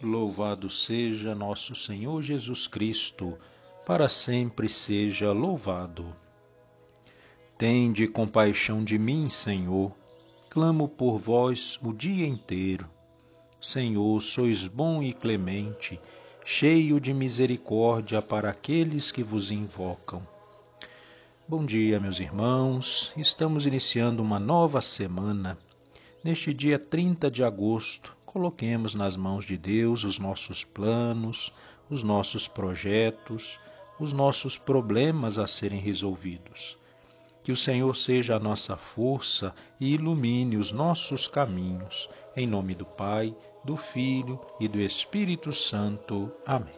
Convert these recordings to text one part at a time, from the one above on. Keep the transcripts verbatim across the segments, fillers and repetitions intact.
Louvado seja nosso Senhor Jesus Cristo, para sempre seja louvado. Tende compaixão de mim, Senhor, clamo por vós o dia inteiro. Senhor, sois bom e clemente, cheio de misericórdia para aqueles que vos invocam. Bom dia, meus irmãos. Estamos iniciando uma nova semana. Neste dia trinta de agosto, coloquemos nas mãos de Deus os nossos planos, os nossos projetos, os nossos problemas a serem resolvidos. Que o Senhor seja a nossa força e ilumine os nossos caminhos. Em nome do Pai, do Filho e do Espírito Santo. Amém.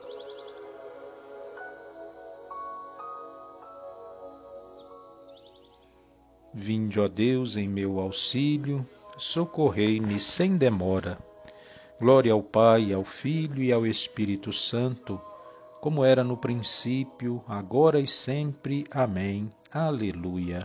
Vinde, ó Deus, em meu auxílio, socorrei-me sem demora. Glória ao Pai, ao Filho e ao Espírito Santo, como era no princípio, agora e sempre. Amém. Aleluia.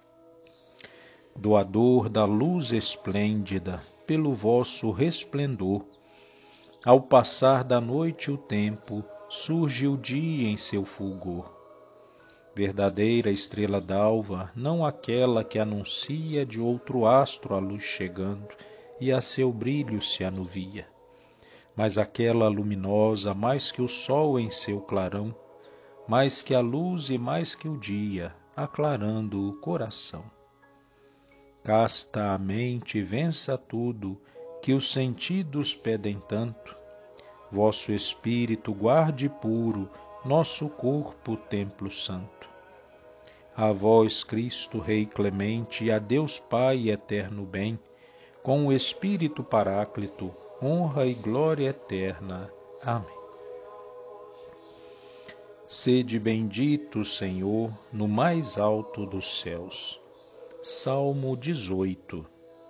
Doador da luz esplêndida, pelo vosso resplendor, ao passar da noite o tempo, surge o dia em seu fulgor. Verdadeira estrela d'alva, não aquela que anuncia de outro astro a luz chegando e a seu brilho se anuvia, mas aquela luminosa mais que o sol em seu clarão, mais que a luz e mais que o dia, aclarando o coração. Casta a mente vença tudo, que os sentidos pedem tanto, vosso espírito guarde puro, nosso corpo templo santo. A vós, Cristo, Rei clemente, e a Deus Pai eterno bem, com o Espírito Paráclito, honra e glória eterna. Amém. Sede bendito, Senhor, no mais alto dos céus. Salmo dezoito.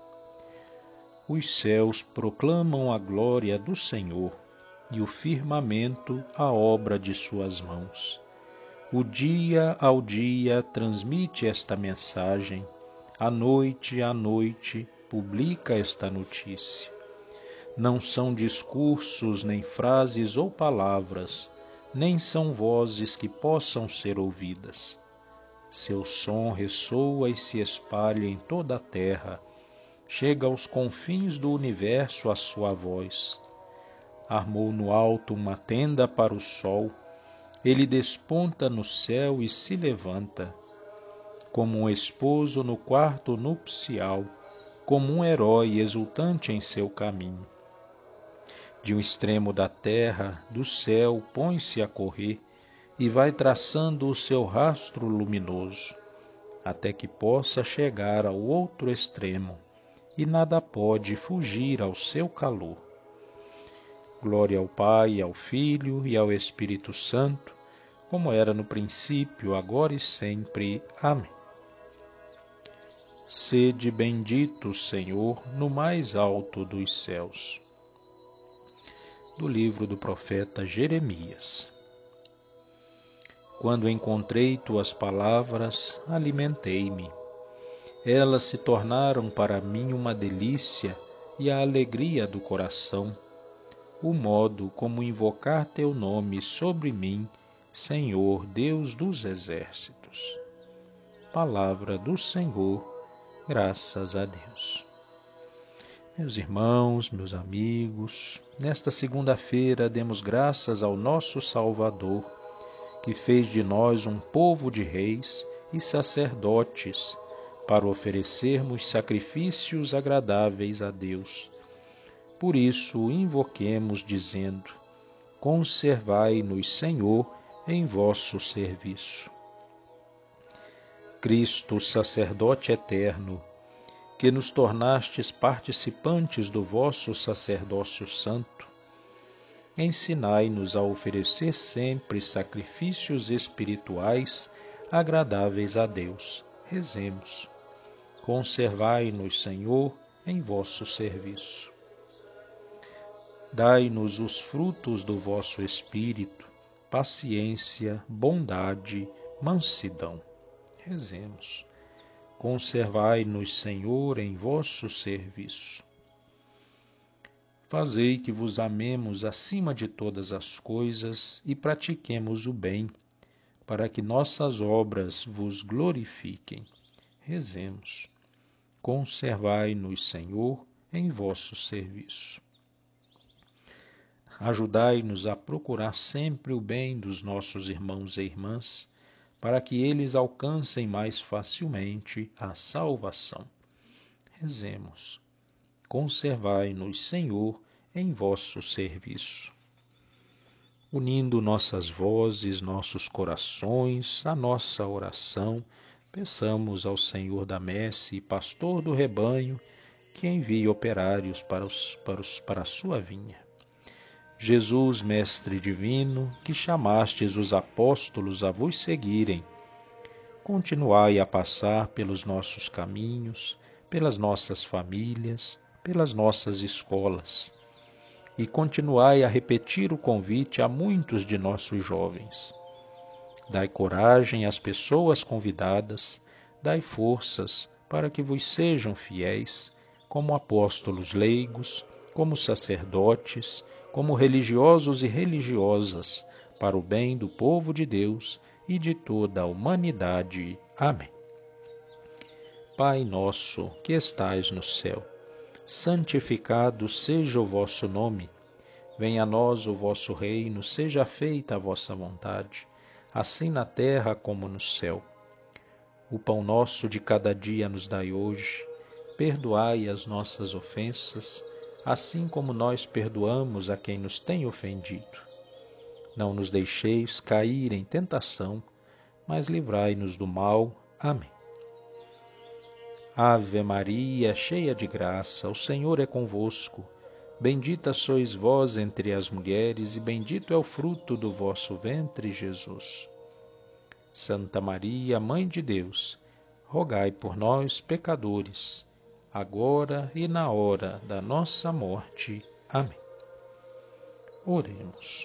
Os céus proclamam a glória do Senhor, e o firmamento a obra de suas mãos. O dia ao dia transmite esta mensagem, à noite à noite publica esta notícia. Não são discursos, nem frases ou palavras, nem são vozes que possam ser ouvidas. Seu som ressoa e se espalha em toda a terra, chega aos confins do universo a sua voz. Armou no alto uma tenda para o sol, ele desponta no céu e se levanta, como um esposo no quarto nupcial, como um herói exultante em seu caminho. De um extremo da terra, do céu, põe-se a correr, e vai traçando o seu rastro luminoso, até que possa chegar ao outro extremo, e nada pode fugir ao seu calor. Glória ao Pai, ao Filho e ao Espírito Santo, como era no princípio, agora e sempre. Amém. Sede bendito, Senhor, no mais alto dos céus. Do livro do profeta Jeremias. Quando encontrei tuas palavras, alimentei-me. Elas se tornaram para mim uma delícia e a alegria do coração, o modo como invocar teu nome sobre mim, Senhor, Deus dos exércitos. Palavra do Senhor, graças a Deus. Meus irmãos, meus amigos, nesta segunda-feira demos graças ao nosso Salvador, que fez de nós um povo de reis e sacerdotes, para oferecermos sacrifícios agradáveis a Deus. Por isso, invoquemos dizendo: conservai-nos, Senhor, em vosso serviço. Cristo, sacerdote eterno, que nos tornastes participantes do vosso sacerdócio santo, ensinai-nos a oferecer sempre sacrifícios espirituais agradáveis a Deus. Rezemos. Conservai-nos, Senhor, em vosso serviço. Dai-nos os frutos do vosso Espírito, paciência, bondade, mansidão. Rezemos. Conservai-nos, Senhor, em vosso serviço. Fazei que vos amemos acima de todas as coisas e pratiquemos o bem, para que nossas obras vos glorifiquem. Rezemos. Conservai-nos, Senhor, em vosso serviço. Ajudai-nos a procurar sempre o bem dos nossos irmãos e irmãs, para que eles alcancem mais facilmente a salvação. Rezemos. Conservai-nos, Senhor, em vosso serviço. Unindo nossas vozes, nossos corações, a nossa oração, peçamos ao Senhor da messe e pastor do rebanho que envie operários para, os, para, os, para a sua vinha. Jesus, Mestre Divino, que chamastes os apóstolos a vos seguirem, continuai a passar pelos nossos caminhos, pelas nossas famílias, pelas nossas escolas, e continuai a repetir o convite a muitos de nossos jovens. Dai coragem às pessoas convidadas, dai forças para que vos sejam fiéis, como apóstolos leigos, como sacerdotes, como religiosos e religiosas, para o bem do povo de Deus e de toda a humanidade. Amém. Pai nosso, que estais no céu, santificado seja o vosso nome. Venha a nós o vosso reino, seja feita a vossa vontade, assim na terra como no céu. O pão nosso de cada dia nos dai hoje. Perdoai as nossas ofensas, assim como nós perdoamos a quem nos tem ofendido. Não nos deixeis cair em tentação, mas livrai-nos do mal. Amém. Ave Maria, cheia de graça, o Senhor é convosco. Bendita sois vós entre as mulheres, e bendito é o fruto do vosso ventre, Jesus. Santa Maria, Mãe de Deus, rogai por nós, pecadores, agora e na hora da nossa morte. Amém. Oremos.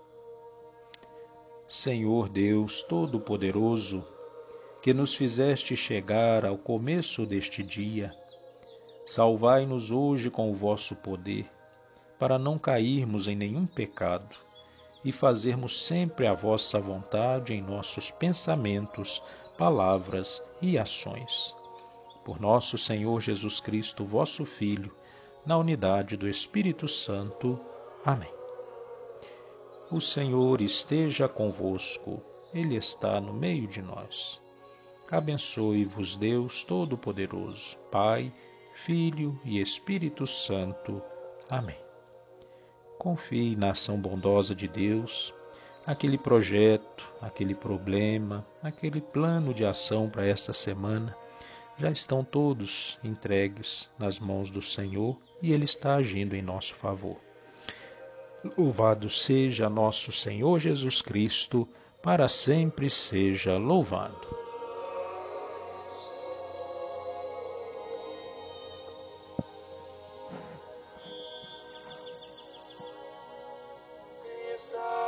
Senhor Deus Todo-Poderoso, que nos fizeste chegar ao começo deste dia, salvai-nos hoje com o vosso poder, para não cairmos em nenhum pecado e fazermos sempre a vossa vontade em nossos pensamentos, palavras e ações. Por nosso Senhor Jesus Cristo, vosso Filho, na unidade do Espírito Santo. Amém. O Senhor esteja convosco, Ele está no meio de nós. Abençoe-vos Deus Todo-Poderoso, Pai, Filho e Espírito Santo. Amém. Confie na ação bondosa de Deus, aquele projeto, aquele problema, aquele plano de ação para esta semana, já estão todos entregues nas mãos do Senhor e Ele está agindo em nosso favor. Louvado seja nosso Senhor Jesus Cristo, para sempre seja louvado. Está